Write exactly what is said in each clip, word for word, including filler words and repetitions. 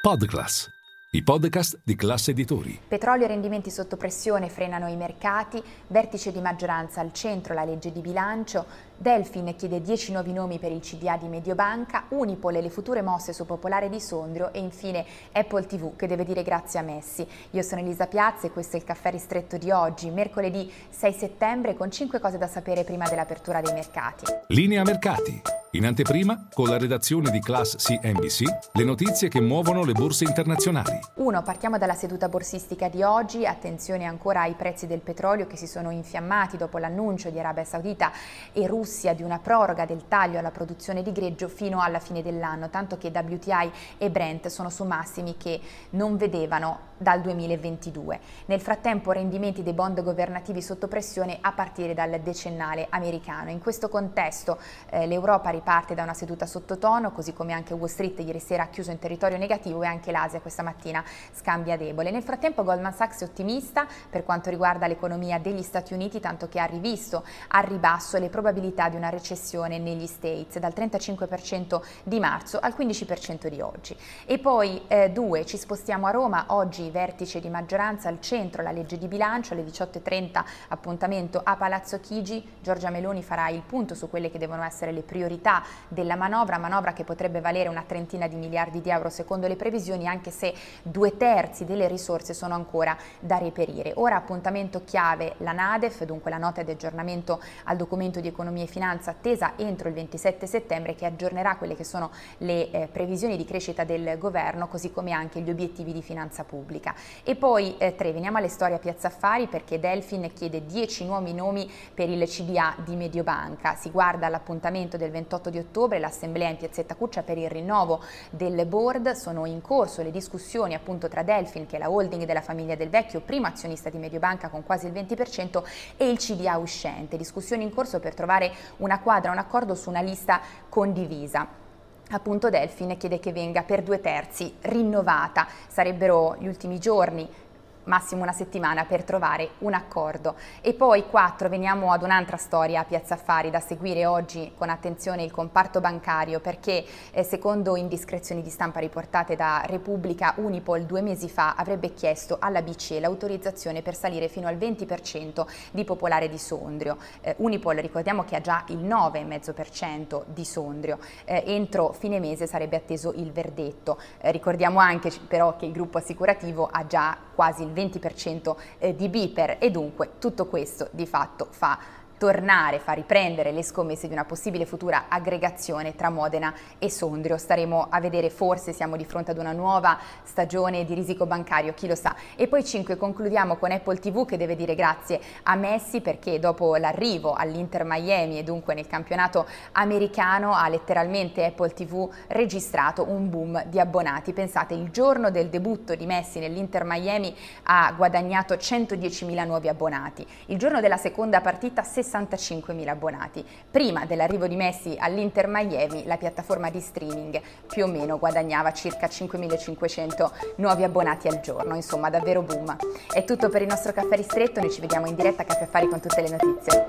Podclass, i podcast di Class Editori. Petrolio e rendimenti sotto pressione frenano i mercati, vertice di maggioranza al centro, la legge di bilancio, Delfin chiede dieci nuovi nomi per il C D A di Mediobanca, Unipol e le future mosse su Popolare di Sondrio e infine Apple tivù che deve dire grazie a Messi. Io sono Elisa Piazza e questo è il caffè ristretto di oggi, mercoledì sei settembre, con cinque cose da sapere prima dell'apertura dei mercati. Linea mercati. In anteprima, con la redazione di Class C N B C, le notizie che muovono le borse internazionali. uno. Partiamo dalla seduta borsistica di oggi. Attenzione ancora ai prezzi del petrolio che si sono infiammati dopo l'annuncio di Arabia Saudita e Russia di una proroga del taglio alla produzione di greggio fino alla fine dell'anno, tanto che W T I e Brent sono su massimi che non vedevano dal duemilaventidue. Nel frattempo rendimenti dei bond governativi sotto pressione a partire dal decennale americano. In questo contesto eh, l'Europa riparte da una seduta sottotono, così come anche Wall Street ieri sera ha chiuso in territorio negativo e anche l'Asia questa mattina scambia debole. Nel frattempo Goldman Sachs è ottimista per quanto riguarda l'economia degli Stati Uniti, tanto che ha rivisto al ribasso le probabilità di una recessione negli States dal trentacinque per cento di marzo al quindici per cento di oggi. E poi eh, due, ci spostiamo a Roma, oggi vertice di maggioranza al centro, la legge di bilancio, alle diciotto e trenta appuntamento a Palazzo Chigi, Giorgia Meloni farà il punto su quelle che devono essere le priorità della manovra, manovra che potrebbe valere una trentina di miliardi di euro secondo le previsioni, anche se due terzi delle risorse sono ancora da reperire. Ora appuntamento chiave la NADEF, dunque la nota di aggiornamento al documento di economia e finanza attesa entro il ventisette settembre, che aggiornerà quelle che sono le eh, previsioni di crescita del governo, così come anche gli obiettivi di finanza pubblica. E poi eh, tre, veniamo alle storie a Piazza Affari, perché Delfin chiede dieci nuovi nomi per il C D A di Mediobanca. Si guarda all'appuntamento del ventotto di ottobre, l'assemblea in Piazzetta Cuccia per il rinnovo del board. Sono in corso le discussioni appunto tra Delfin, che è la holding della famiglia Del Vecchio, primo azionista di Mediobanca con quasi il venti per cento, e il C D A uscente. Discussioni in corso per trovare una quadra, un accordo su una lista condivisa. Appunto Delfin chiede che venga per due terzi rinnovata, sarebbero gli ultimi giorni, massimo una settimana per trovare un accordo. E poi quattro, veniamo ad un'altra storia a Piazza Affari da seguire oggi con attenzione, il comparto bancario, perché eh, secondo indiscrezioni di stampa riportate da Repubblica, Unipol due mesi fa avrebbe chiesto alla B C E l'autorizzazione per salire fino al venti per cento di Popolare di Sondrio. Eh, Unipol ricordiamo che ha già il nove virgola cinque per cento di Sondrio, eh, entro fine mese sarebbe atteso il verdetto. Eh, ricordiamo anche però che il gruppo assicurativo ha già quasi il venti per cento di BPER e dunque tutto questo di fatto fa tornare, fa riprendere le scommesse di una possibile futura aggregazione tra Modena e Sondrio. Staremo a vedere, forse siamo di fronte ad una nuova stagione di risico bancario, chi lo sa. E poi cinque, concludiamo con Apple tivù che deve dire grazie a Messi, perché dopo l'arrivo all'Inter Miami e dunque nel campionato americano ha letteralmente Apple tivù registrato un boom di abbonati. Pensate, il giorno del debutto di Messi nell'Inter Miami ha guadagnato centodiecimila nuovi abbonati, il giorno della seconda partita sessantacinquemila abbonati. Prima dell'arrivo di Messi all'Inter Miami, la piattaforma di streaming più o meno guadagnava circa cinquemilacinquecento nuovi abbonati al giorno, insomma davvero boom. È tutto per il nostro caffè ristretto, noi ci vediamo in diretta a Caffè Affari con tutte le notizie.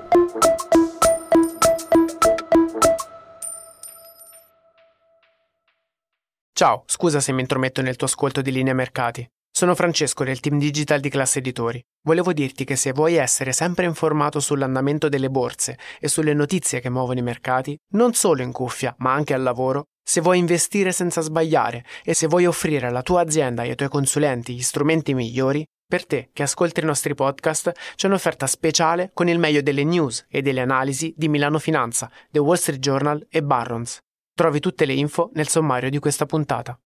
Ciao, scusa se mi intrometto nel tuo ascolto di Linea Mercati. Sono Francesco del team digital di Class Editori. Volevo dirti che se vuoi essere sempre informato sull'andamento delle borse e sulle notizie che muovono i mercati, non solo in cuffia, ma anche al lavoro, se vuoi investire senza sbagliare e se vuoi offrire alla tua azienda e ai tuoi consulenti gli strumenti migliori, per te che ascolti i nostri podcast c'è un'offerta speciale con il meglio delle news e delle analisi di Milano Finanza, The Wall Street Journal e Barron's. Trovi tutte le info nel sommario di questa puntata.